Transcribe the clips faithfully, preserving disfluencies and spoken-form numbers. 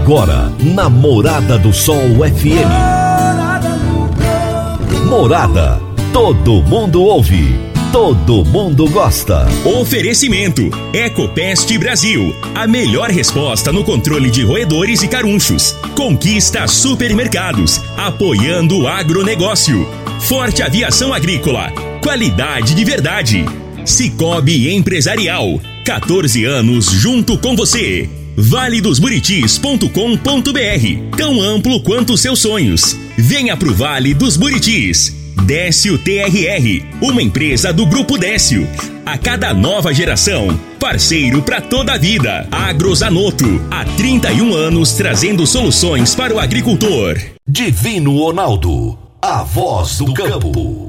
Agora, na Morada do Sol F M. Morada, todo mundo ouve, todo mundo gosta. Oferecimento, Ecopest Brasil, a melhor resposta no controle de roedores e carunchos. Conquista Supermercados, apoiando o agronegócio. Forte Aviação Agrícola, qualidade de verdade. Cicobi Empresarial, catorze anos junto com você. vale dos buritis ponto com ponto b r, tão amplo quanto seus sonhos. Venha pro Vale dos Buritis. Décio T R R, uma empresa do Grupo Décio. A cada nova geração, parceiro para toda a vida. Agrozanoto, há trinta e um anos trazendo soluções para o agricultor. Divino Ronaldo, a voz do campo.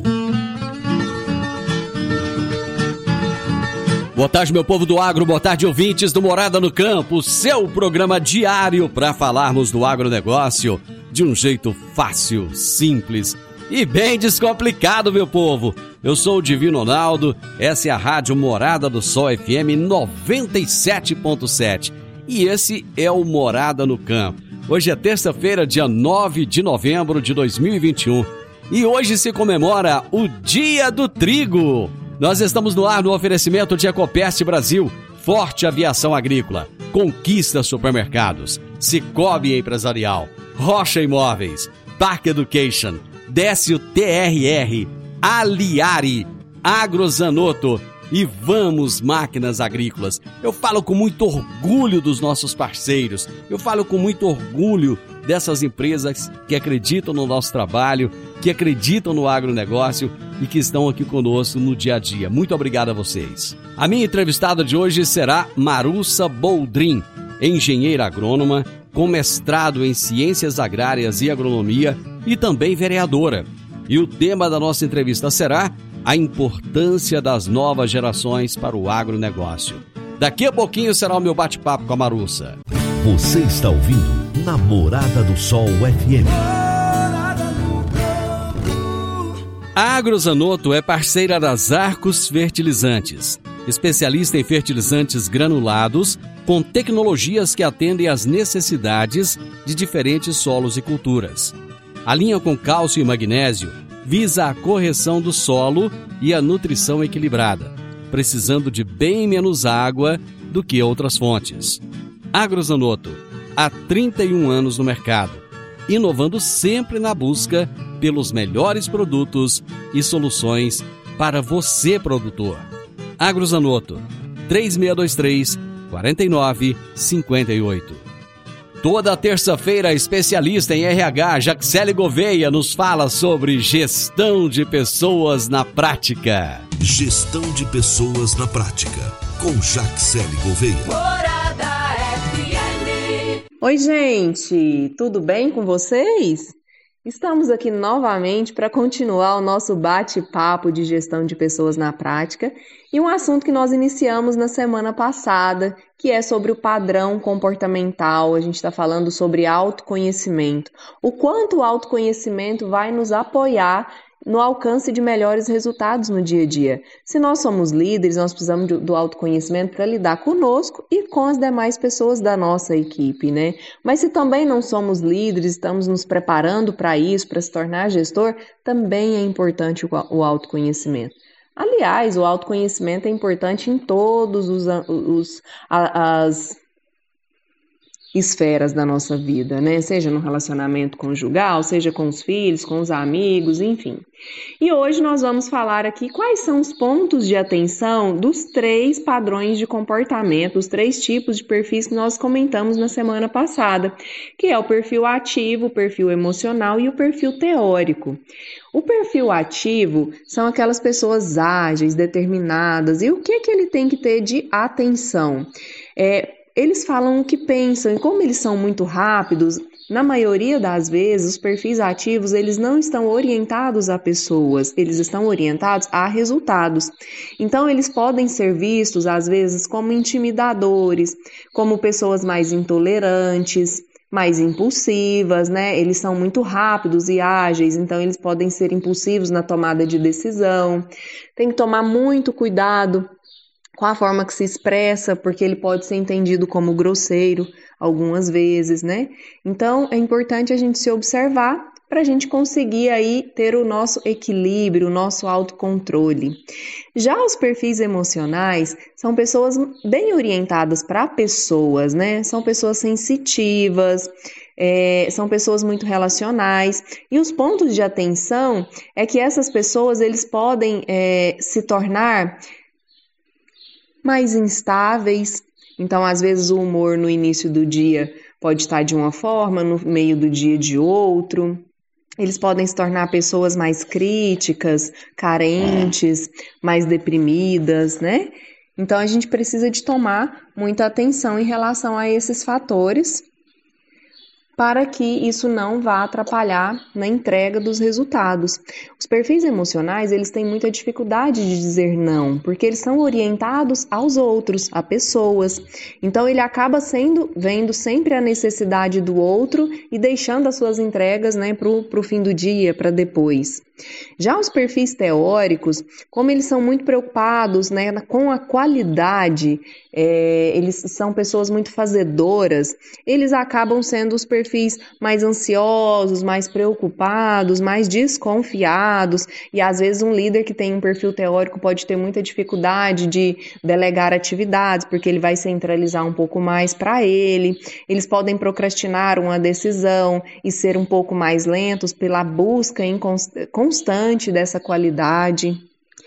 Boa tarde, meu povo do agro, boa tarde, ouvintes do Morada no Campo, seu programa diário para falarmos do agronegócio de um jeito fácil, simples e bem descomplicado, meu povo. Eu sou o Divino Ronaldo, essa é a Rádio Morada do Sol F M noventa e sete ponto sete e esse é o Morada no Campo. Hoje é terça-feira, dia nove de novembro de dois mil e vinte e um e hoje se comemora o Dia do Trigo. Nós estamos no ar no oferecimento de Ecopest Brasil, Forte Aviação Agrícola, Conquista Supermercados, Cicobi Empresarial, Rocha Imóveis, Park Education, Décio T R R, Aliari, Agrozanoto e Vamos Máquinas Agrícolas. Eu falo com muito orgulho dos nossos parceiros, eu falo com muito orgulho dessas empresas que acreditam no nosso trabalho, que acreditam no agronegócio e que estão aqui conosco no dia a dia. Muito obrigado a vocês. A minha entrevistada de hoje será Marussa Boldrin, engenheira agrônoma, com mestrado em Ciências Agrárias e Agronomia e também vereadora. E o tema da nossa entrevista será a importância das novas gerações para o agronegócio. Daqui a pouquinho será o meu bate-papo com a Marussa. Você está ouvindo Namorada do Sol F M. A Agrozanoto é parceira das Arcos Fertilizantes, especialista em fertilizantes granulados com tecnologias que atendem às necessidades de diferentes solos e culturas. A linha com cálcio e magnésio visa a correção do solo e a nutrição equilibrada, precisando de bem menos água do que outras fontes. Agrozanoto, há trinta e um anos no mercado, inovando sempre na busca pelos melhores produtos e soluções para você, produtor. Agrozanoto, três seis dois três, quatro nove cinco oito. Toda terça-feira, a especialista em R H, Jaxele Gouveia, nos fala sobre gestão de pessoas na prática. Gestão de pessoas na prática, com Jaxele Gouveia. Oi, gente, tudo bem com vocês? Estamos aqui novamente para continuar o nosso bate-papo de gestão de pessoas na prática e um assunto que nós iniciamos na semana passada, que é sobre o padrão comportamental. A gente está falando sobre autoconhecimento. O quanto o autoconhecimento vai nos apoiar no alcance de melhores resultados no dia a dia. Se nós somos líderes, nós precisamos do autoconhecimento para lidar conosco e com as demais pessoas da nossa equipe, né? Mas se também não somos líderes, estamos nos preparando para isso, para se tornar gestor, também é importante o autoconhecimento. Aliás, o autoconhecimento é importante em todos os, os as esferas da nossa vida, né? Seja no relacionamento conjugal, seja com os filhos, com os amigos, enfim. E hoje nós vamos falar aqui quais são os pontos de atenção dos três padrões de comportamento, os três tipos de perfis que nós comentamos na semana passada, que é o perfil ativo, o perfil emocional e o perfil teórico. O perfil ativo são aquelas pessoas ágeis, determinadas, e o que que ele tem que ter de atenção? É, eles falam o que pensam, e como eles são muito rápidos, na maioria das vezes, os perfis ativos, eles não estão orientados a pessoas, eles estão orientados a resultados. Então, eles podem ser vistos, às vezes, como intimidadores, como pessoas mais intolerantes, mais impulsivas, né? Eles são muito rápidos e ágeis, então eles podem ser impulsivos na tomada de decisão. Tem que tomar muito cuidado com a forma que se expressa, porque ele pode ser entendido como grosseiro algumas vezes, né? Então, é importante a gente se observar para a gente conseguir aí ter o nosso equilíbrio, o nosso autocontrole. Já os perfis emocionais são pessoas bem orientadas para pessoas, né? São pessoas sensitivas, é, são pessoas muito relacionais, e os pontos de atenção é que essas pessoas, eles podem é, se tornar mais instáveis. Então, às vezes, o humor no início do dia pode estar de uma forma, no meio do dia de outro. Eles podem se tornar pessoas mais críticas, carentes, mais deprimidas, né? Então, a gente precisa de tomar muita atenção em relação a esses fatores, para que isso não vá atrapalhar na entrega dos resultados. Os perfis emocionais, eles têm muita dificuldade de dizer não, porque eles são orientados aos outros, a pessoas. Então, ele acaba sendo, vendo sempre a necessidade do outro e deixando as suas entregas, né, para o fim do dia, para depois. Já os perfis teóricos, como eles são muito preocupados, né, com a qualidade, é, eles são pessoas muito fazedoras, eles acabam sendo os perfis mais ansiosos, mais preocupados, mais desconfiados, e às vezes um líder que tem um perfil teórico pode ter muita dificuldade de delegar atividades, porque ele vai centralizar um pouco mais para ele. Eles podem procrastinar uma decisão e ser um pouco mais lentos pela busca inconstante constante dessa qualidade.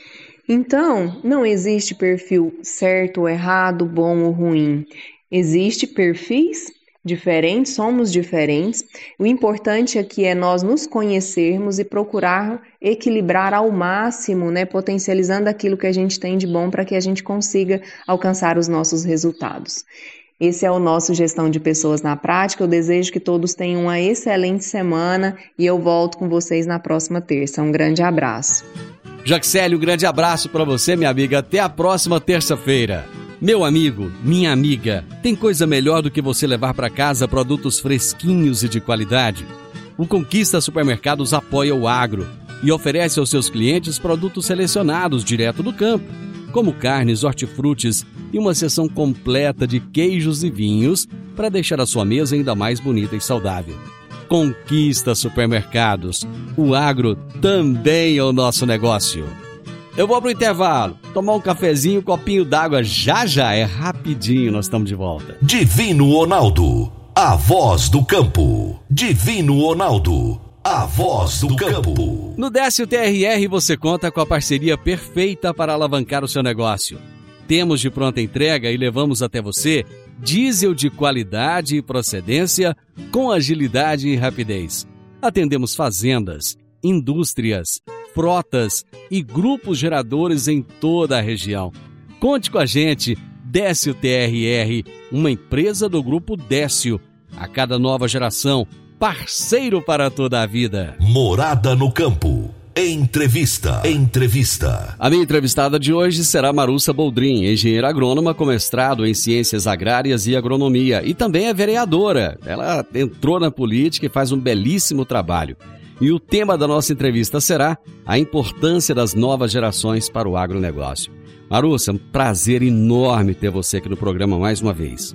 Então, não existe perfil certo ou errado, bom ou ruim. Existe perfis diferentes, somos diferentes. O importante aqui é nós nos conhecermos e procurar equilibrar ao máximo, né, potencializando aquilo que a gente tem de bom para que a gente consiga alcançar os nossos resultados. Esse é o nosso Gestão de Pessoas na Prática. Eu desejo que todos tenham uma excelente semana e eu volto com vocês na próxima terça. Um grande abraço. Jaxele, um grande abraço para você, minha amiga. Até a próxima terça-feira. Meu amigo, minha amiga, tem coisa melhor do que você levar para casa produtos fresquinhos e de qualidade? O Conquista Supermercados apoia o agro e oferece aos seus clientes produtos selecionados direto do campo, como carnes, hortifrutis e uma seção completa de queijos e vinhos para deixar a sua mesa ainda mais bonita e saudável. Conquista Supermercados. O agro também é o nosso negócio. Eu vou pro intervalo, tomar um cafezinho, um copinho d'água, já já, é rapidinho, nós estamos de volta. Divino Ronaldo, a voz do campo. Divino Ronaldo, a voz do campo. No Décio T R R você conta com a parceria perfeita para alavancar o seu negócio. Temos de pronta entrega e levamos até você diesel de qualidade e procedência com agilidade e rapidez. Atendemos fazendas, indústrias, frotas e grupos geradores em toda a região. Conte com a gente, Décio T R R, uma empresa do Grupo Décio. A cada nova geração, parceiro para toda a vida. Morada no Campo. Entrevista. Entrevista. A minha entrevistada de hoje será Marussa Boldrin, engenheira agrônoma com mestrado em Ciências Agrárias e Agronomia e também é vereadora. Ela entrou na política e faz um belíssimo trabalho. E o tema da nossa entrevista será a importância das novas gerações para o agronegócio. Marussa, um prazer enorme ter você aqui no programa mais uma vez.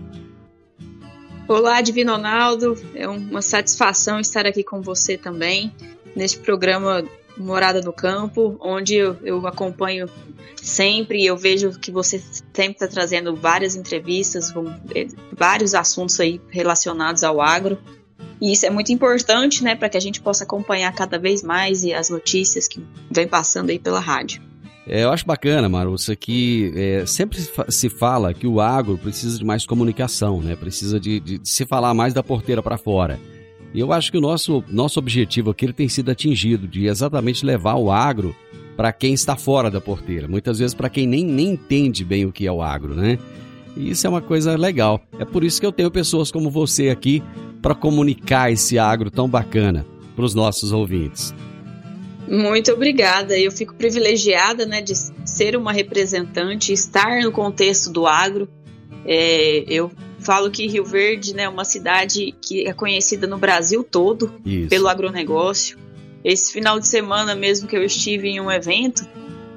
Olá, Divino Ronaldo. É uma satisfação estar aqui com você também, neste programa Morada no Campo, onde eu, eu acompanho sempre e eu vejo que você sempre está trazendo várias entrevistas com é, vários assuntos aí relacionados ao agro. E isso é muito importante, né, para que a gente possa acompanhar cada vez mais e as notícias que vem passando aí pela rádio. É, eu acho bacana, Marussa, que é, sempre se fala que o agro precisa de mais comunicação, né? Precisa de, de, de se falar mais da porteira para fora. E eu acho que o nosso, nosso objetivo aqui ele tem sido atingido, de exatamente levar o agro para quem está fora da porteira. Muitas vezes para quem nem, nem entende bem o que é o agro, né? E isso é uma coisa legal. É por isso que eu tenho pessoas como você aqui para comunicar esse agro tão bacana para os nossos ouvintes. Muito obrigada. Eu fico privilegiada, né, de ser uma representante, estar no contexto do agro. É, eu falo que Rio Verde, né, é uma cidade que é conhecida no Brasil todo Isso. pelo agronegócio. Esse final de semana mesmo que eu estive em um evento,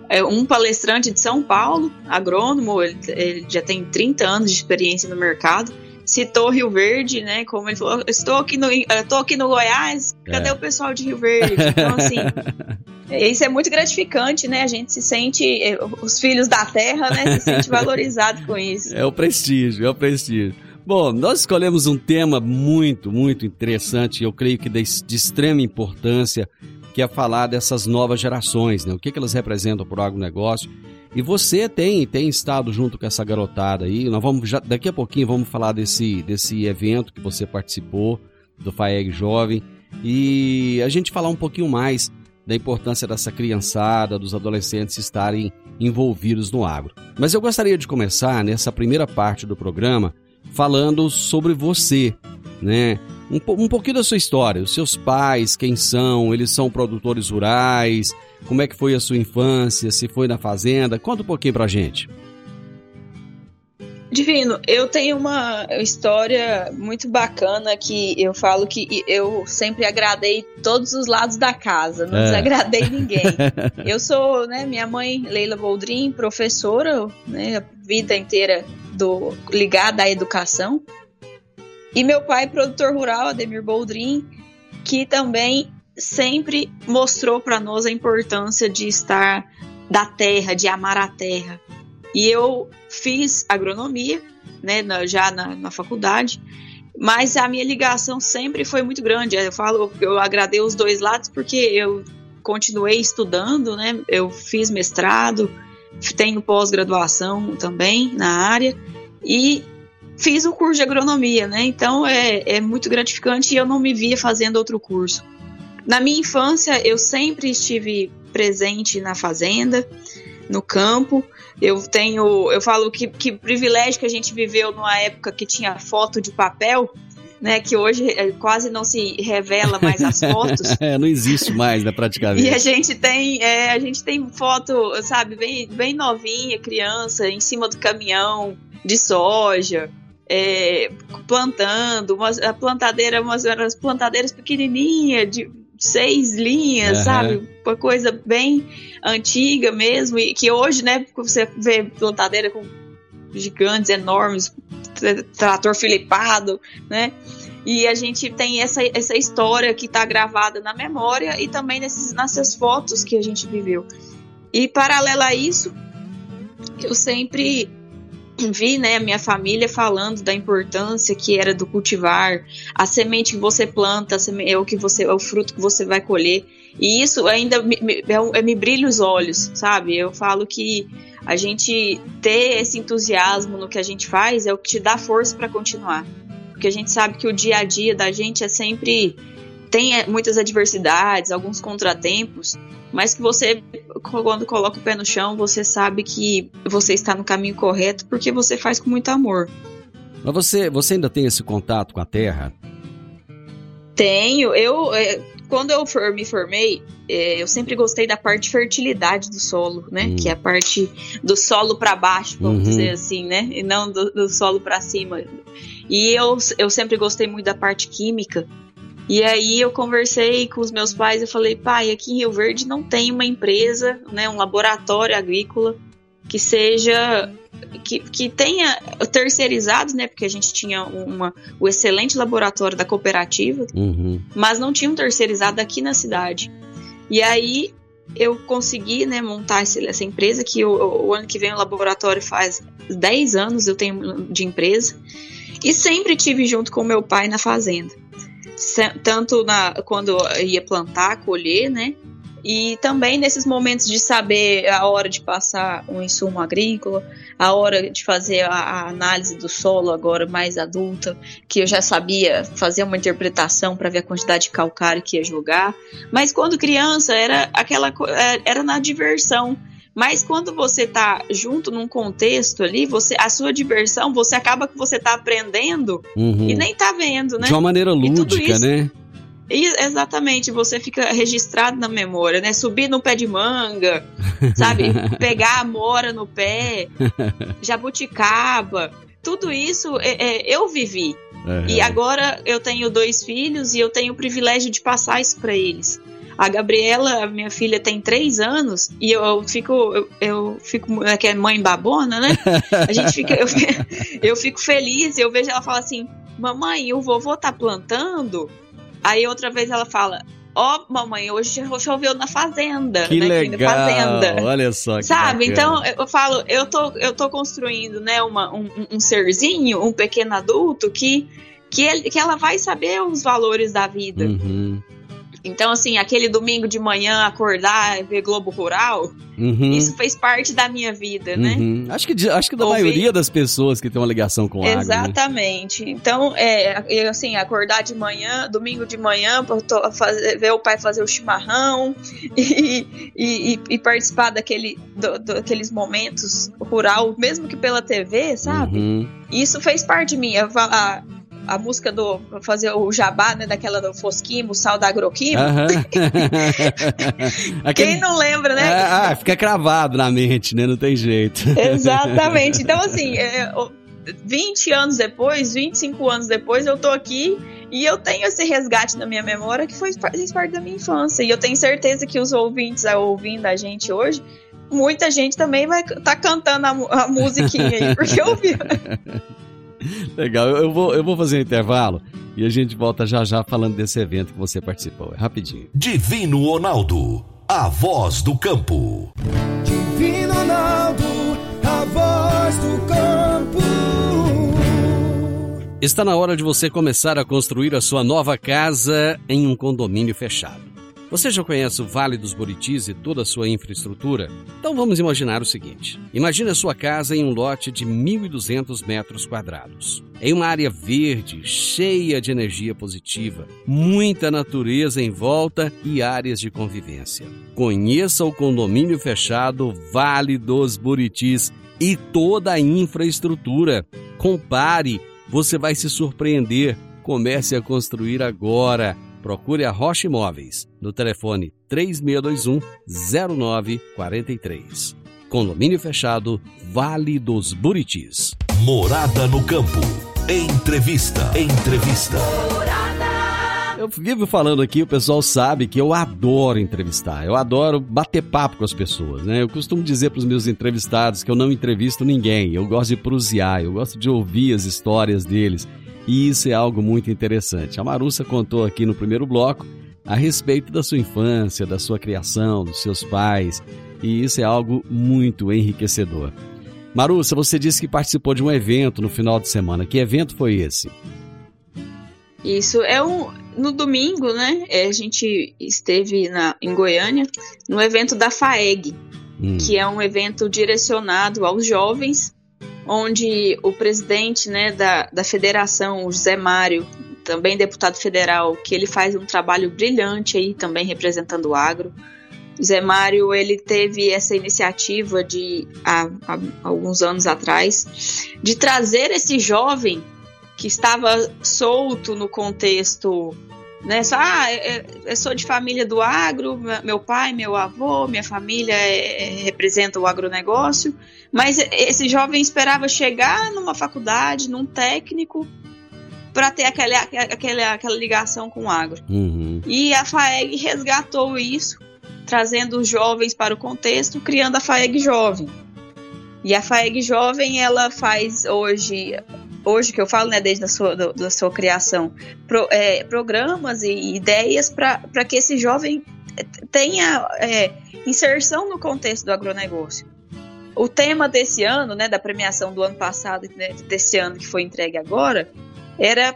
é um palestrante de São Paulo, agrônomo, ele, ele já tem trinta anos de experiência no mercado, citou Rio Verde, né, como ele falou, estou aqui no, estou aqui no Goiás, cadê é. o pessoal de Rio Verde? Então, assim, isso é muito gratificante, né, a gente se sente, os filhos da terra, né, se sente valorizado com isso. É o prestígio, é o prestígio. Bom, nós escolhemos um tema muito, muito interessante, eu creio que de, de extrema importância, que é falar dessas novas gerações, né? O que, que elas representam para o agronegócio. E você tem, tem estado junto com essa garotada aí. Nós vamos já, daqui a pouquinho vamos falar desse, desse evento que você participou, do FAEG Jovem, e a gente falar um pouquinho mais da importância dessa criançada, dos adolescentes estarem envolvidos no agro. Mas eu gostaria de começar nessa primeira parte do programa falando sobre você, né? Um, um pouquinho da sua história, os seus pais, quem são, eles são produtores rurais, como é que foi a sua infância, se foi na fazenda, conta um pouquinho pra gente. Divino, eu tenho uma história muito bacana que eu falo que eu sempre agradei todos os lados da casa, não é. desagradei ninguém. Eu sou, né, minha mãe, Leila Boldrin, professora, né, a vida inteira do, ligada à educação. E meu pai, produtor rural, Ademir Boldrin, que também sempre mostrou para nós a importância de estar da terra, de amar a terra. E eu fiz agronomia, né, já na, na faculdade, mas a minha ligação sempre foi muito grande. Eu falo, eu agradei os dois lados porque eu continuei estudando, né, eu fiz mestrado, tenho pós-graduação também na área e fiz o curso de agronomia, né? Então é, é muito gratificante e eu não me via fazendo outro curso. Na minha infância, eu sempre estive presente na fazenda, no campo. Eu tenho, eu falo que, que privilégio que a gente viveu numa época que tinha foto de papel, né? Que hoje quase não se revela mais as fotos. É, não existe mais, né, praticamente. E a gente tem, é, a gente tem foto, sabe, bem, bem novinha, criança, em cima do caminhão de soja. É, plantando, uma, a plantadeira, umas, umas plantadeiras pequenininhas, de seis linhas, uhum. sabe? Uma coisa bem antiga mesmo, e que hoje, né, você vê plantadeira com gigantes, enormes, trator filipado, né? E a gente tem essa, essa história que está gravada na memória e também nesses, nessas fotos que a gente viveu. E paralelo a isso, eu sempre vi, né, a minha família falando da importância que era do cultivar, a semente que você planta, é o, que você, é o fruto que você vai colher, e isso ainda me, me, me brilha os olhos, sabe? Eu falo que a gente ter esse entusiasmo no que a gente faz é o que te dá força para continuar, porque a gente sabe que o dia a dia da gente é sempre, tem muitas adversidades, alguns contratempos, mas que você, quando coloca o pé no chão, você sabe que você está no caminho correto porque você faz com muito amor. Mas você, você ainda tem esse contato com a terra? Tenho. Eu, é, quando eu for, me formei, é, eu sempre gostei da parte de fertilidade do solo, né? Hum. Que é a parte do solo para baixo, vamos uhum. dizer assim, né? E não do, do solo para cima. E eu, eu sempre gostei muito da parte química. E aí eu conversei com os meus pais e falei, pai, aqui em Rio Verde não tem uma empresa, né, um laboratório agrícola que seja, que, que tenha terceirizados, né, porque a gente tinha uma, o excelente laboratório da cooperativa, uhum. mas não tinha um terceirizado aqui na cidade. E aí eu consegui, né, montar essa, essa empresa, que o, o ano que vem o laboratório faz dez anos eu tenho de empresa, e sempre tive junto com meu pai na fazenda. Tanto na, quando ia plantar, colher, né? E também nesses momentos de saber a hora de passar um insumo agrícola, a hora de fazer a, a análise do solo agora mais adulta, que eu já sabia fazer uma interpretação para ver a quantidade de calcário que ia jogar. Mas quando criança era aquela era na diversão. Mas quando você tá junto num contexto ali, você, a sua diversão, você acaba que você tá aprendendo uhum. e nem tá vendo, né? De uma maneira lúdica, isso, né? E, exatamente, você fica registrado na memória, né? Subir no pé de manga, sabe? Pegar a amora no pé, jabuticaba, tudo isso é, é, eu vivi. Uhum. E agora eu tenho dois filhos e eu tenho o privilégio de passar isso para eles. A Gabriela, minha filha, tem três anos e eu fico, eu, eu fico, é que é mãe babona, né? A gente fica, eu, eu fico feliz, eu vejo ela fala assim, mamãe, o vovô tá plantando? Aí outra vez ela fala, ó, oh, mamãe, hoje choveu na fazenda, que né? Legal, fazenda. Olha só que sabe, bacana. Então eu falo, eu tô, eu tô construindo, né, uma, um, um serzinho, um pequeno adulto que, que, ele, que ela vai saber os valores da vida. Uhum. Então, assim, aquele domingo de manhã acordar e ver Globo Rural, uhum. isso fez parte da minha vida, né? Uhum. Acho que, acho que da Ouvir... maioria das pessoas que tem uma ligação com o agro. Exatamente. Né? Então, é, assim, acordar de manhã, domingo de manhã, pra fazer, ver o pai fazer o chimarrão e, e, e, e participar daquele, do, daqueles momentos rural, mesmo que pela T V, sabe? Uhum. Isso fez parte de mim. A, a, a música do fazer o jabá, né, daquela do Fosquimo, Sal da Agroquimo. Uhum. Aquele... Quem não lembra, né? Ah, fica cravado na mente, né? Não tem jeito. Exatamente. Então, assim, é, vinte anos depois, vinte e cinco anos depois, eu tô aqui e eu tenho esse resgate na minha memória que foi, fez parte da minha infância. E eu tenho certeza que os ouvintes ouvindo a gente hoje, muita gente também vai estar tá cantando a, a musiquinha aí, porque ouviu. Legal, eu vou, eu vou fazer um intervalo e a gente volta já já falando desse evento que você participou. É rapidinho. Divino Ronaldo, a voz do campo. Divino Ronaldo, a voz do campo. Está na hora de você começar a construir a sua nova casa em um condomínio fechado. Você já conhece o Vale dos Buritis e toda a sua infraestrutura? Então vamos imaginar o seguinte. Imagine a sua casa em um lote de mil e duzentos metros quadrados. Em uma área verde, cheia de energia positiva, muita natureza em volta e áreas de convivência. Conheça o condomínio fechado Vale dos Buritis e toda a infraestrutura. Compare, você vai se surpreender. Comece a construir agora. Procure a Rocha Imóveis no telefone três seis dois um, zero nove quatro três. Condomínio fechado Vale dos Buritis. Morada no campo. Entrevista. Entrevista. Eu vivo falando aqui, o pessoal sabe que eu adoro entrevistar. Eu adoro bater papo com as pessoas, né? Eu costumo dizer para os meus entrevistados que eu não entrevisto ninguém. Eu gosto de prosear, eu gosto de ouvir as histórias deles. E isso é algo muito interessante. A Marussa contou aqui no primeiro bloco a respeito da sua infância, da sua criação, dos seus pais. E isso é algo muito enriquecedor. Marussa, você disse que participou de um evento no final de semana. Que evento foi esse? Isso, é um, no domingo, né? A gente esteve na, em Goiânia no evento da FAEG, hum. que é um evento direcionado aos jovens, onde o presidente, né, da, da federação, o José Mário, também deputado federal, que ele faz um trabalho brilhante aí também representando o agro. O Zé Mário, ele teve essa iniciativa de, há, há alguns anos atrás, de trazer esse jovem que estava solto no contexto, né, só, ah, eu, eu sou de família do agro, meu pai, meu avô, minha família é, é, representa o agronegócio, mas esse jovem esperava chegar numa faculdade, num técnico, para ter aquela, aquela, aquela ligação com o agro. Uhum. E a FAEG resgatou isso, trazendo os jovens para o contexto, criando a FAEG Jovem. E a FAEG Jovem, ela faz hoje... Hoje que eu falo, né, desde a sua, do, da sua criação, pro, é, programas e ideias para que esse jovem tenha é, inserção no contexto do agronegócio. O tema desse ano, né, da premiação do ano passado e né, desse ano que foi entregue agora, era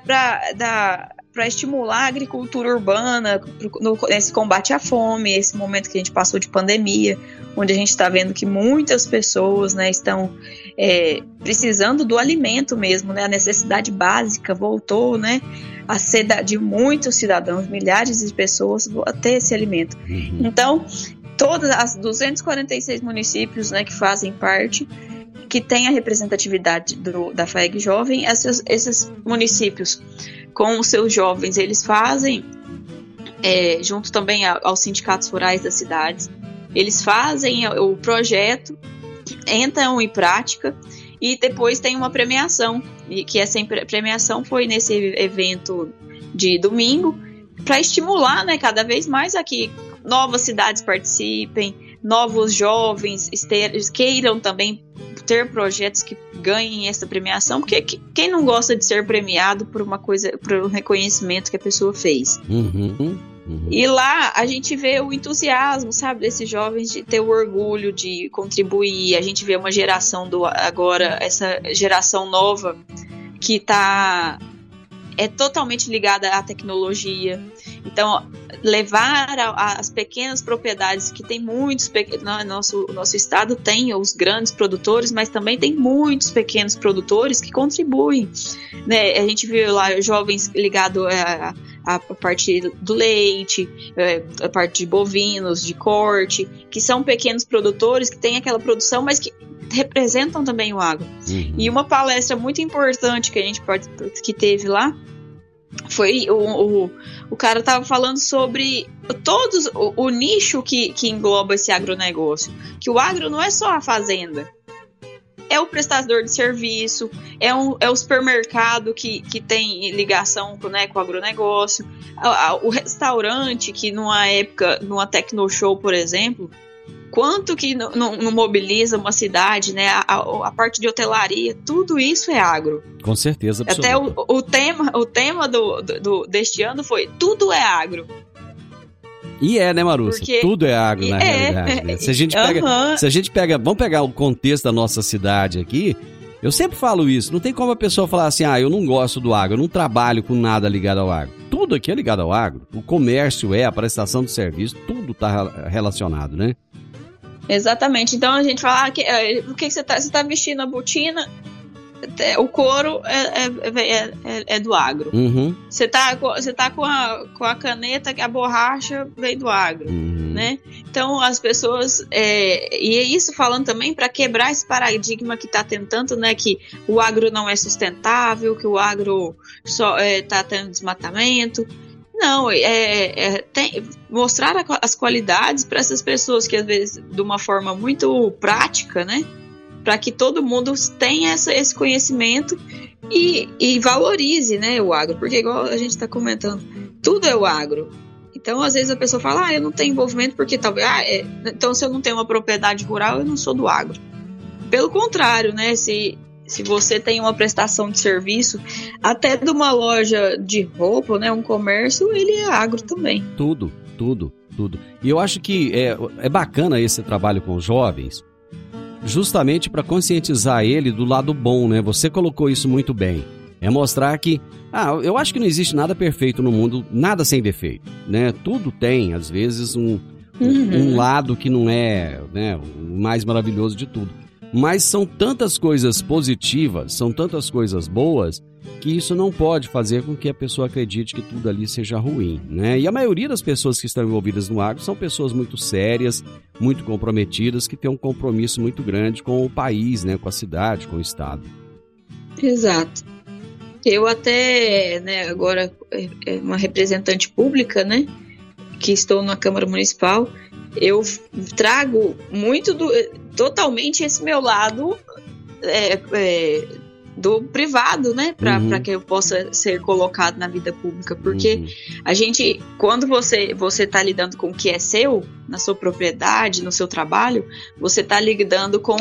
para estimular a agricultura urbana no, nesse combate à fome, esse momento que a gente passou de pandemia, onde a gente está vendo que muitas pessoas, né, estão é, precisando do alimento mesmo, né, a necessidade básica voltou, né, a ser de muitos cidadãos, milhares de pessoas a ter esse alimento. Uhum. Então, todas as duzentos e quarenta e seis municípios, né, que fazem parte, que tem a representatividade do, da FAEG Jovem, esses, esses municípios com os seus jovens, eles fazem, é, junto também aos sindicatos rurais das cidades, eles fazem o projeto, entram em prática e depois tem uma premiação, e que essa premiação foi nesse evento de domingo, para estimular, né, cada vez mais aqui novas cidades participem, novos jovens queiram também ter projetos que ganhem essa premiação, porque quem não gosta de ser premiado por uma coisa, por um reconhecimento que a pessoa fez. Uhum, uhum. E lá a gente vê o entusiasmo, sabe, desses jovens de ter o orgulho de contribuir. A gente vê uma geração do agora, essa geração nova que tá é totalmente ligada à tecnologia. Então, levar a, a, as pequenas propriedades, que tem muitos, pe... nosso, nosso estado tem os grandes produtores, mas também tem muitos pequenos produtores que contribuem, né? A gente viu lá jovens ligados a, a, a parte do leite, a parte de bovinos, de corte, que são pequenos produtores que têm aquela produção, mas que representam também o agro. Uhum. E uma palestra muito importante que a gente pode, que teve lá foi o, o, o cara estava falando sobre todos o, o nicho que, que engloba esse agronegócio, que o agro não é só a fazenda, é o prestador de serviço, é, um, é o supermercado que, que tem ligação, né, com o agronegócio, a, a, o restaurante que numa época, numa Tecnoshow, por exemplo, quanto que não, não, não mobiliza uma cidade, né? A, a, a parte de hotelaria, tudo isso é agro. Com certeza, absoluta. Até o, o tema, o tema do, do, deste ano foi tudo é agro. E é, né, Marúcia? Porque tudo é agro, na é, realidade. Né? Se a gente pega, uhum. se a gente pega, vamos pegar o contexto da nossa cidade aqui, eu sempre falo isso, não tem como a pessoa falar assim, ah, eu não gosto do agro, eu não trabalho com nada ligado ao agro. Tudo aqui é ligado ao agro. O comércio é, a prestação de serviço, tudo está relacionado, né? Exatamente. Então a gente fala, ah, que, é, o que você está você tá vestindo a botina, é, o couro é, é, é, é do agro. Uhum. Você está você tá com, a, com a caneta, que a borracha veio do agro. Uhum. Né? Então as pessoas, é, e é isso falando também para quebrar esse paradigma que está tentando, né, que o agro não é sustentável, que o agro só está é, tendo desmatamento. Não, é, é tem, mostrar a, as qualidades para essas pessoas que às vezes de uma forma muito prática, né? Para que todo mundo tenha essa, esse conhecimento e, e valorize, né, o agro, porque igual a gente está comentando, tudo é o agro. Então às vezes a pessoa fala, ah, eu não tenho envolvimento porque talvez, ah, é, então se eu não tenho uma propriedade rural, eu não sou do agro. Pelo contrário, né? Se Se você tem uma prestação de serviço, até de uma loja de roupa, né, um comércio, ele é agro também. Tudo, tudo, tudo. E eu acho que é, é bacana esse trabalho com os jovens, justamente para conscientizar ele do lado bom, né? Você colocou isso muito bem. É mostrar que, ah, eu acho que não existe nada perfeito no mundo, nada sem defeito, né? Tudo tem, às vezes, um, uhum. um lado que não é, né, o mais maravilhoso de tudo. Mas são tantas coisas positivas, são tantas coisas boas, que isso não pode fazer com que a pessoa acredite que tudo ali seja ruim, né? E a maioria das pessoas que estão envolvidas no agro são pessoas muito sérias, muito comprometidas, que têm um compromisso muito grande com o país, né? Com a cidade, com o estado. Exato. Eu até, né, agora, uma representante pública, né, que estou na Câmara Municipal, eu trago muito do, totalmente esse meu lado é, é, do privado, né, para uhum. que eu possa ser colocado na vida pública, porque uhum. a gente, quando você você está lidando com o que é seu, na sua propriedade, no seu trabalho, você está lidando com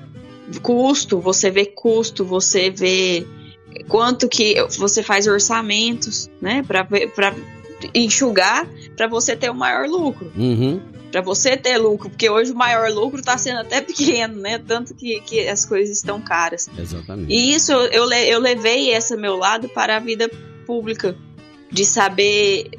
custo, você vê custo, você vê quanto que você faz orçamentos, né, para para enxugar, para você ter o maior lucro. Uhum. Para você ter lucro, porque hoje o maior lucro está sendo até pequeno, né? Tanto que, que as coisas estão caras. Exatamente. E isso eu, eu levei esse meu lado para a vida pública, de saber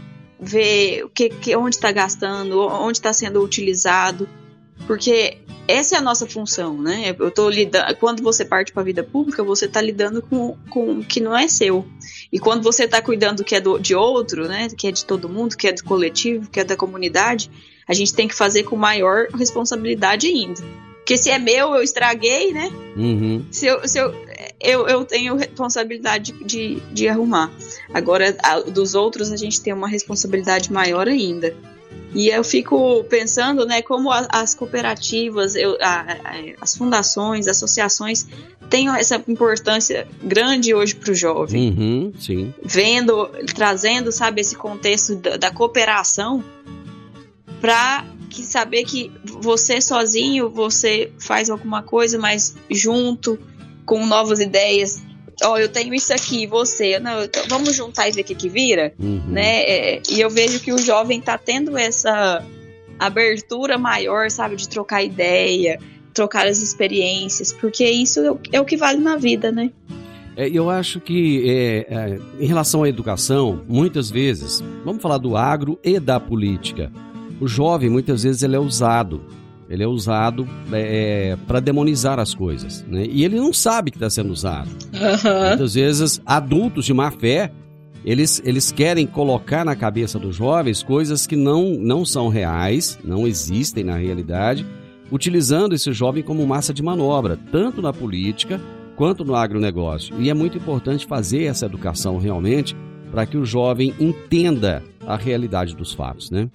ver o que, que, onde está gastando, onde está sendo utilizado, porque essa é a nossa função, né? Eu tô lidando, quando você parte para a vida pública, você está lidando com, com o que não é seu. E quando você está cuidando do que é do, de outro, né? Que é de todo mundo, que é do coletivo, que é da comunidade, a gente tem que fazer com maior responsabilidade ainda. Porque se é meu, eu estraguei, né? Uhum. Se, eu, se eu, eu, eu tenho responsabilidade de, de, de arrumar. Agora, a, dos outros, a gente tem uma responsabilidade maior ainda. E eu fico pensando, né, como a, as cooperativas, eu, a, a, as fundações, associações têm essa importância grande hoje para o jovem. Uhum, sim. Vendo, trazendo, sabe, esse contexto da, da cooperação. para que saber que você sozinho, você faz alguma coisa, mas junto, com novas ideias. Ó, oh, eu tenho isso aqui, você, não, então vamos juntar e ver o que que vira, uhum. né? É, e eu vejo que o jovem tá tendo essa abertura maior, sabe, de trocar ideia, trocar as experiências, porque isso é o, é o que vale na vida, né? É, eu acho que é, é, em relação à educação, muitas vezes, vamos falar do agro e da política, o jovem muitas vezes ele é usado, ele é usado é, para demonizar as coisas, né? E ele não sabe que está sendo usado. Uhum. Muitas vezes adultos de má fé, eles, eles querem colocar na cabeça dos jovens coisas que não, não são reais, não existem na realidade, utilizando esse jovem como massa de manobra, tanto na política quanto no agronegócio. E é muito importante fazer essa educação realmente para que o jovem entenda a realidade dos fatos, né?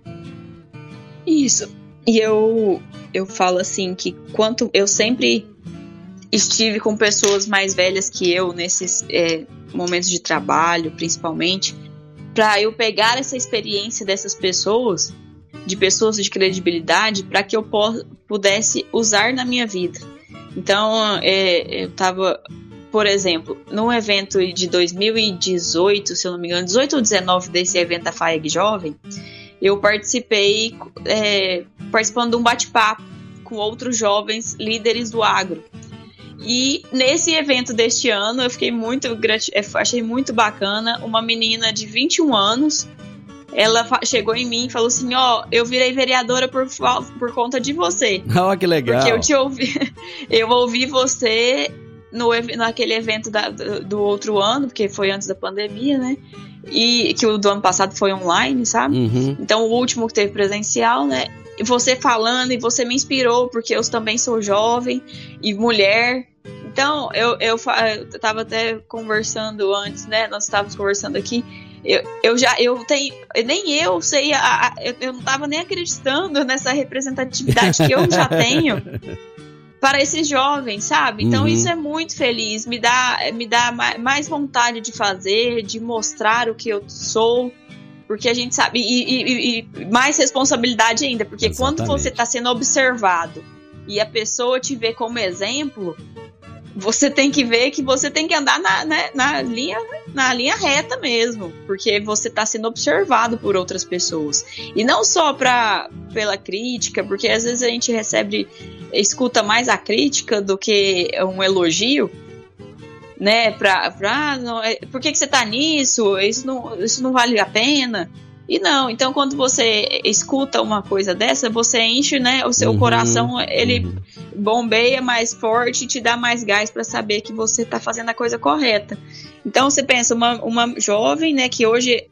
Isso. E eu, eu falo assim que quanto eu sempre estive com pessoas mais velhas que eu nesses é, momentos de trabalho, principalmente, para eu pegar essa experiência dessas pessoas, de pessoas de credibilidade, para que eu po- pudesse usar na minha vida. Então, é, eu estava, por exemplo, num evento de dois mil e dezoito, se eu não me engano, dezoito ou dezenove desse evento da F A E G Jovem, eu participei, é, participando de um bate-papo com outros jovens líderes do agro. E nesse evento deste ano, eu fiquei muito, grat... achei muito bacana, uma menina de vinte e um anos, ela chegou em mim e falou assim, ó, oh, eu virei vereadora por, por conta de você. Ó, oh, que legal. Porque eu te ouvi, eu ouvi você no, naquele evento da, do, do outro ano, porque foi antes da pandemia, né? E que o do ano passado foi online, sabe? Uhum. Então o último que teve presencial, né? E você falando, e você me inspirou, porque eu também sou jovem e mulher. Então, eu, eu, eu tava até conversando antes, né? Nós estávamos conversando aqui. Eu, eu já, eu tenho, nem eu sei, a, a, eu, eu não tava nem acreditando nessa representatividade que eu já tenho para esses jovens, sabe? Então, uhum. isso é muito feliz, me dá, me dá mais vontade de fazer, de mostrar o que eu sou, porque a gente sabe, e, e, e mais responsabilidade ainda, porque Exatamente. Quando você está sendo observado e a pessoa te vê como exemplo, você tem que ver que você tem que andar na, né, na, linha, na linha reta mesmo, porque você está sendo observado por outras pessoas. E não só pra, pela crítica, porque às vezes a gente recebe, escuta mais a crítica do que um elogio, né? Pra, pra, não, por que, que você está nisso? Isso não, isso não vale a pena. E não, então quando você escuta uma coisa dessa, você enche, né, o seu uhum, coração, ele uhum. bombeia mais forte e te dá mais gás para saber que você está fazendo a coisa correta. Então você pensa, uma, uma jovem, né, que hoje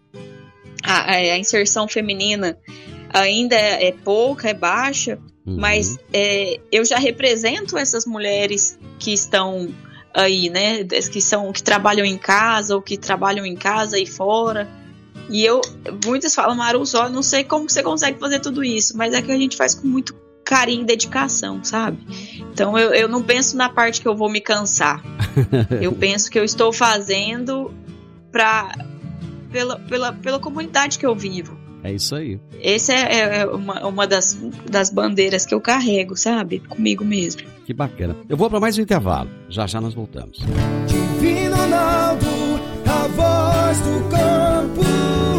a, a inserção feminina ainda é, é pouca, é baixa, uhum. mas é, eu já represento essas mulheres que estão aí, né, que, são, que trabalham em casa ou que trabalham em casa e fora. E eu, muitas falam, Maru, só não sei como você consegue fazer tudo isso, mas é que a gente faz com muito carinho e dedicação, sabe? Então eu, eu não penso na parte que eu vou me cansar. Eu penso que eu estou fazendo pra, pela, pela, pela comunidade que eu vivo. É isso aí. Essa é, é uma, uma das, das bandeiras que eu carrego, sabe? Comigo mesmo. Que bacana. Eu vou para mais um intervalo. Já já nós voltamos. Divino Ronaldo, a voz do campo.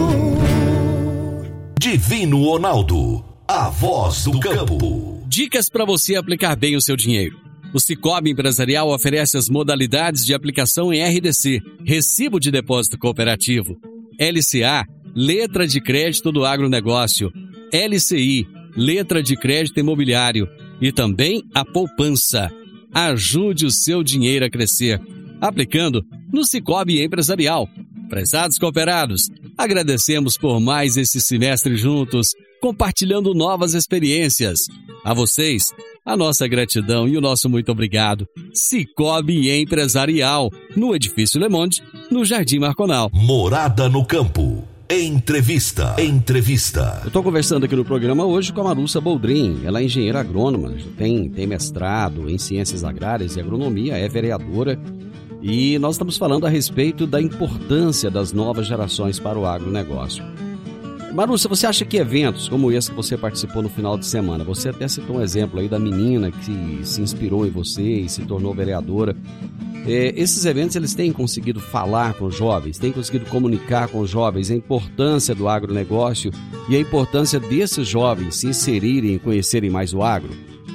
Divino Ronaldo, a voz do campo. Dicas para você aplicar bem o seu dinheiro. O Sicoob Empresarial oferece as modalidades de aplicação em R D C, Recibo de Depósito Cooperativo, L C A, Letra de Crédito do Agronegócio, L C I, Letra de Crédito Imobiliário e também a poupança. Ajude o seu dinheiro a crescer, aplicando no Sicoob Empresarial. Prezados cooperados, agradecemos por mais esse semestre juntos, compartilhando novas experiências. A vocês, a nossa gratidão e o nosso muito obrigado. Sicoob Empresarial, no Edifício Le Monde, no Jardim Marconal. Morada no Campo. Entrevista. Entrevista. Eu estou conversando aqui no programa hoje com a Marussa Boldrin. Ela é engenheira agrônoma, tem, tem mestrado em Ciências Agrárias e Agronomia, é vereadora. E nós estamos falando a respeito da importância das novas gerações para o agronegócio. Marúcia, você acha que eventos como esse que você participou no final de semana, você até citou um exemplo aí da menina que se inspirou em você e se tornou vereadora, é, esses eventos eles têm conseguido falar com os jovens, têm conseguido comunicar com os jovens a importância do agronegócio e a importância desses jovens se inserirem e conhecerem mais o agro?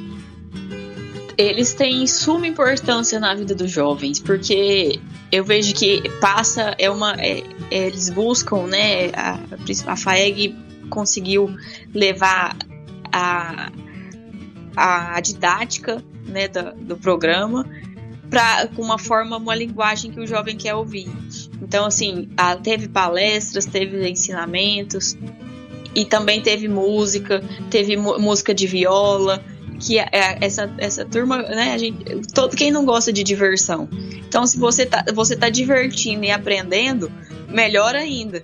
Eles têm suma importância na vida dos jovens, porque eu vejo que passa, é uma, é, é, eles buscam, né, a, a FAEG conseguiu levar a, a didática, né, do, do programa pra, com uma forma, uma linguagem que o jovem quer ouvir. Então, assim, a, teve palestras, teve ensinamentos, e também teve música, teve música de viola, que é essa, essa turma, né, a gente, todo quem não gosta de diversão. Então, se você tá, você tá divertindo e aprendendo, melhor ainda.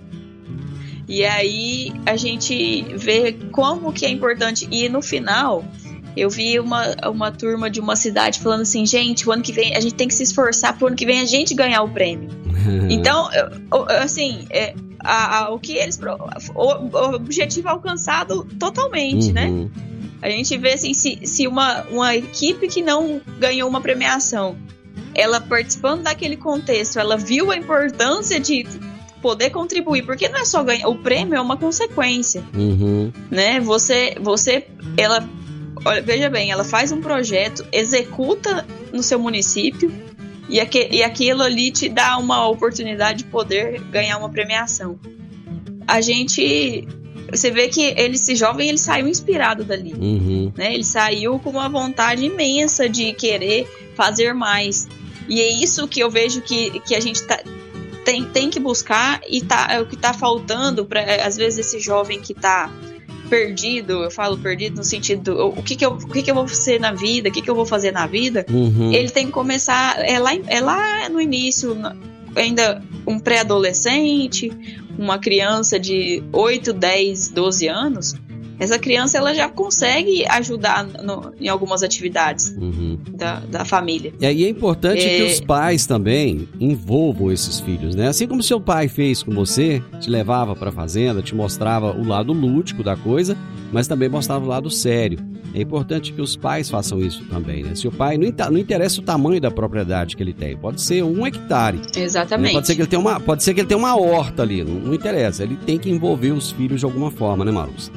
E aí a gente vê como que é importante. E no final, eu vi uma, uma turma de uma cidade falando assim, gente, o ano que vem a gente tem que se esforçar pro ano que vem a gente ganhar o prêmio. Então, assim, é, a, a, o que eles... O, o objetivo alcançado totalmente, uhum. né? A gente vê assim, se, se uma, uma equipe que não ganhou uma premiação, ela participando daquele contexto, ela viu a importância de poder contribuir, porque não é só ganhar, o prêmio é uma consequência, uhum. né? Você, você, ela, olha, veja bem, ela faz um projeto, executa no seu município e, aqu, e aquilo ali te dá uma oportunidade de poder ganhar uma premiação. A gente... Você vê que ele, esse jovem, ele saiu inspirado dali, uhum. né? Ele saiu com uma vontade imensa de querer fazer mais. E é isso que eu vejo que, que a gente tá, tem, tem que buscar e tá, é o que está faltando para, às vezes, esse jovem que está perdido, eu falo perdido no sentido, o que que eu, o que que eu vou ser na vida, o que que eu vou fazer na vida, uhum. ele tem que começar, é lá, é lá no início, ainda um pré-adolescente, uma criança de oito, dez, doze anos, essa criança ela já consegue ajudar no, em algumas atividades uhum. da, da família. E aí é importante é... que os pais também envolvam esses filhos, né? Assim como seu pai fez com você, te levava para a fazenda, te mostrava o lado lúdico da coisa, mas também mostrava o lado sério. É importante que os pais façam isso também, né? Se o pai, não, não interessa o tamanho da propriedade que ele tem, pode ser um hectare. Exatamente. Pode ser que ele tenha uma, pode ser que ele tenha uma horta ali, não, não interessa. Ele tem que envolver os filhos de alguma forma, né, Marúcia?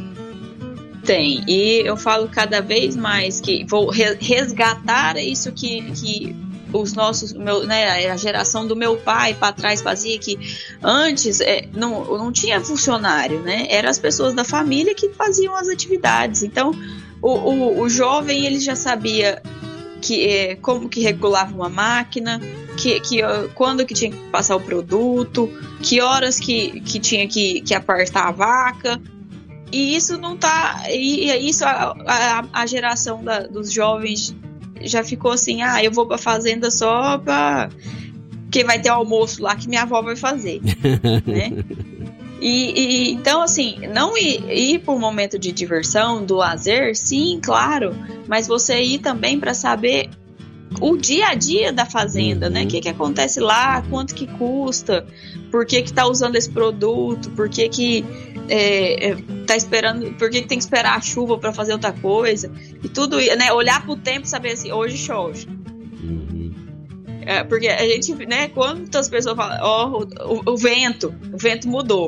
Tem, e eu falo cada vez mais que vou resgatar isso que, que os nossos, meu, né, a geração do meu pai para trás fazia, que antes é, não, não tinha funcionário, né? Eram as pessoas da família que faziam as atividades. Então, o, o, o jovem ele já sabia que, é, como que regulava uma máquina, que, que, quando que tinha que passar o produto, que horas que, que tinha que, que apartar a vaca. E isso não tá. E isso a, a, a geração da, dos jovens já ficou assim: ah, eu vou pra fazenda só pra. Porque vai ter almoço lá que minha avó vai fazer. né? E, e então, assim, não ir, ir para um momento de diversão, do lazer, sim, claro, mas você ir também para saber o dia a dia da fazenda, uhum. né? O que que acontece lá, quanto que custa, por que que tá usando esse produto, por que que é, é, tá esperando, por que que tem que esperar a chuva para fazer outra coisa, e tudo, né? Olhar pro tempo e saber assim, hoje chove. Uhum. É, porque a gente, né, quantas pessoas falam, ó, oh, o, o vento, o vento mudou.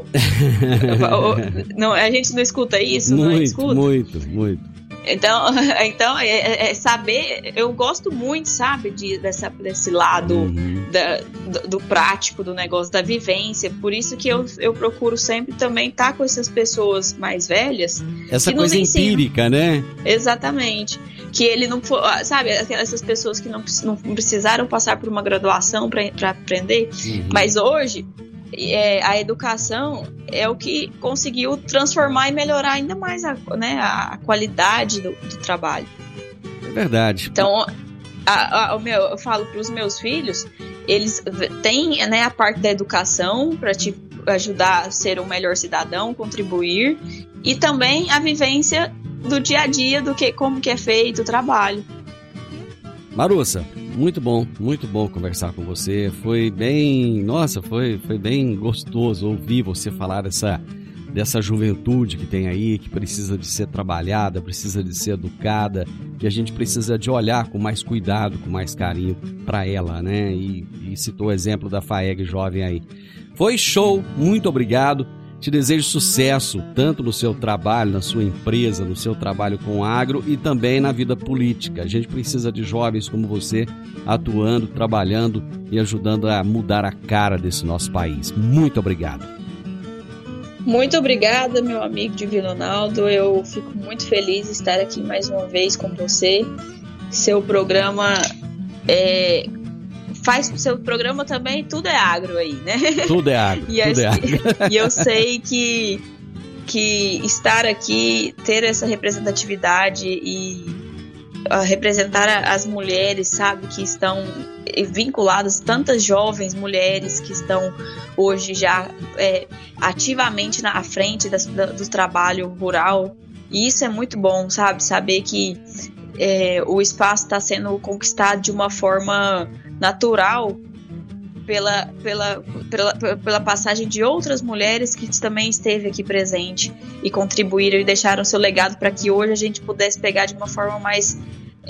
não, a gente não escuta isso, muito, não escuta? Muito, muito. Então, então é, é saber, eu gosto muito, sabe, de, dessa, desse lado uhum. da, do, do prático do negócio, da vivência. Por isso que eu, eu procuro sempre também estar com essas pessoas mais velhas. Essa que coisa nos empírica, né? Exatamente. Que ele não for, sabe, essas pessoas que não, não precisaram passar por uma graduação para aprender, uhum. mas hoje é, a educação é o que conseguiu transformar e melhorar ainda mais a, né, a qualidade do, do trabalho. É verdade. Então, a, a, o meu, eu falo para os meus filhos, eles têm, né, a parte da educação para te ajudar a ser um melhor cidadão, contribuir, e também a vivência do dia a dia, do que, como que é feito o trabalho. Marúcia, muito bom, muito bom conversar com você. Foi bem, nossa, foi, foi bem gostoso ouvir você falar dessa, dessa juventude que tem aí, que precisa de ser trabalhada, precisa de ser educada, que a gente precisa de olhar com mais cuidado, com mais carinho para ela, né? E, e citou o exemplo da FAEG jovem aí. Foi show, muito obrigado. Te desejo sucesso, tanto no seu trabalho, na sua empresa, no seu trabalho com o agro e também na vida política. A gente precisa de jovens como você atuando, trabalhando e ajudando a mudar a cara desse nosso país. Muito obrigado. Muito obrigada, meu amigo Divino Ronaldo. Eu fico muito feliz de estar aqui mais uma vez com você. Seu programa é... faz seu programa também, tudo é agro aí, né? Tudo é agro, e, tudo é agro. E eu sei que, que estar aqui, ter essa representatividade e uh, representar as mulheres, sabe, que estão vinculadas, tantas jovens mulheres que estão hoje já é, ativamente na frente das, da, do trabalho rural, e isso é muito bom, sabe, saber que é, o espaço está sendo conquistado de uma forma natural pela, pela, pela, pela passagem de outras mulheres que também esteve aqui presente e contribuíram e deixaram seu legado para que hoje a gente pudesse pegar de uma forma mais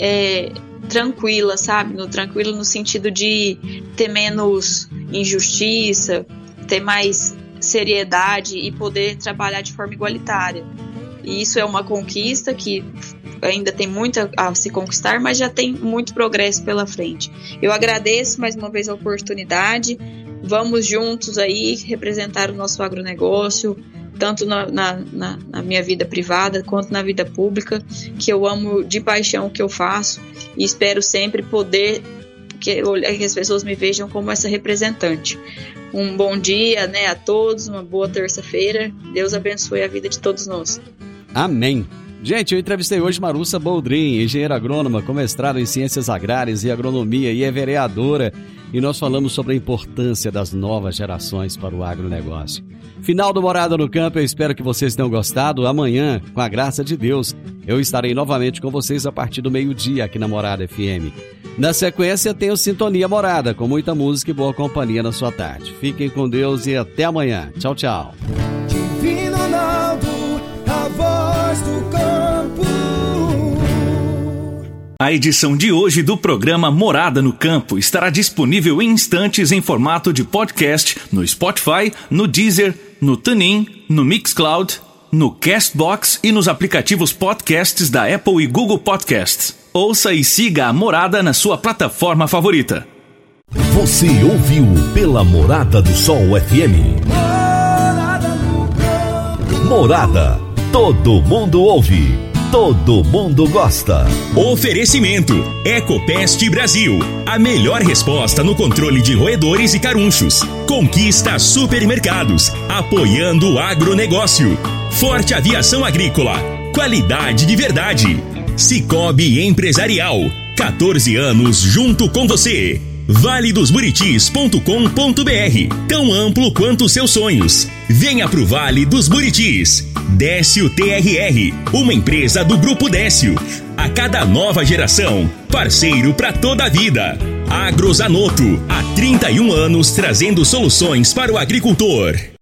é, tranquila, sabe? No, tranquilo no sentido de ter menos injustiça, ter mais seriedade e poder trabalhar de forma igualitária. E isso é uma conquista que ainda tem muito a se conquistar, mas já tem muito progresso pela frente. Eu agradeço mais uma vez a oportunidade. Vamos juntos aí representar o nosso agronegócio, tanto na, na, na, na minha vida privada quanto na vida pública, que eu amo de paixão o que eu faço e espero sempre poder que, que as pessoas me vejam como essa representante. Um bom dia, né, a todos, uma boa terça-feira. Deus abençoe a vida de todos nós. Amém. Gente, eu entrevistei hoje Marussa Boldrin, engenheira agrônoma com mestrado em Ciências Agrárias e Agronomia e é vereadora. E nós falamos sobre a importância das novas gerações para o agronegócio. Final do Morada no Campo, eu espero que vocês tenham gostado. Amanhã, com a graça de Deus, eu estarei novamente com vocês a partir do meio-dia aqui na Morada F M. Na sequência, tem o Sintonia Morada, com muita música e boa companhia na sua tarde. Fiquem com Deus e até amanhã. Tchau, tchau. Divino Ronaldo, a voz do campo. A edição de hoje do programa Morada no Campo estará disponível em instantes em formato de podcast no Spotify, no Deezer, no TuneIn, no Mixcloud, no Castbox e nos aplicativos podcasts da Apple e Google Podcasts. Ouça e siga a Morada na sua plataforma favorita. Você ouviu pela Morada do Sol F M. Morada. Todo mundo ouve. Todo mundo gosta. Oferecimento Ecopest Brasil, a melhor resposta no controle de roedores e carunchos. Conquista Supermercados, apoiando o agronegócio. Forte Aviação Agrícola, qualidade de verdade. Cicobi Empresarial, catorze anos junto com você. vale dos buritis ponto com ponto b r, tão amplo quanto seus sonhos. Venha pro Vale dos Buritis. Décio T R R, uma empresa do Grupo Décio. A cada nova geração, parceiro para toda a vida. Agrozanoto, há trinta e um anos trazendo soluções para o agricultor.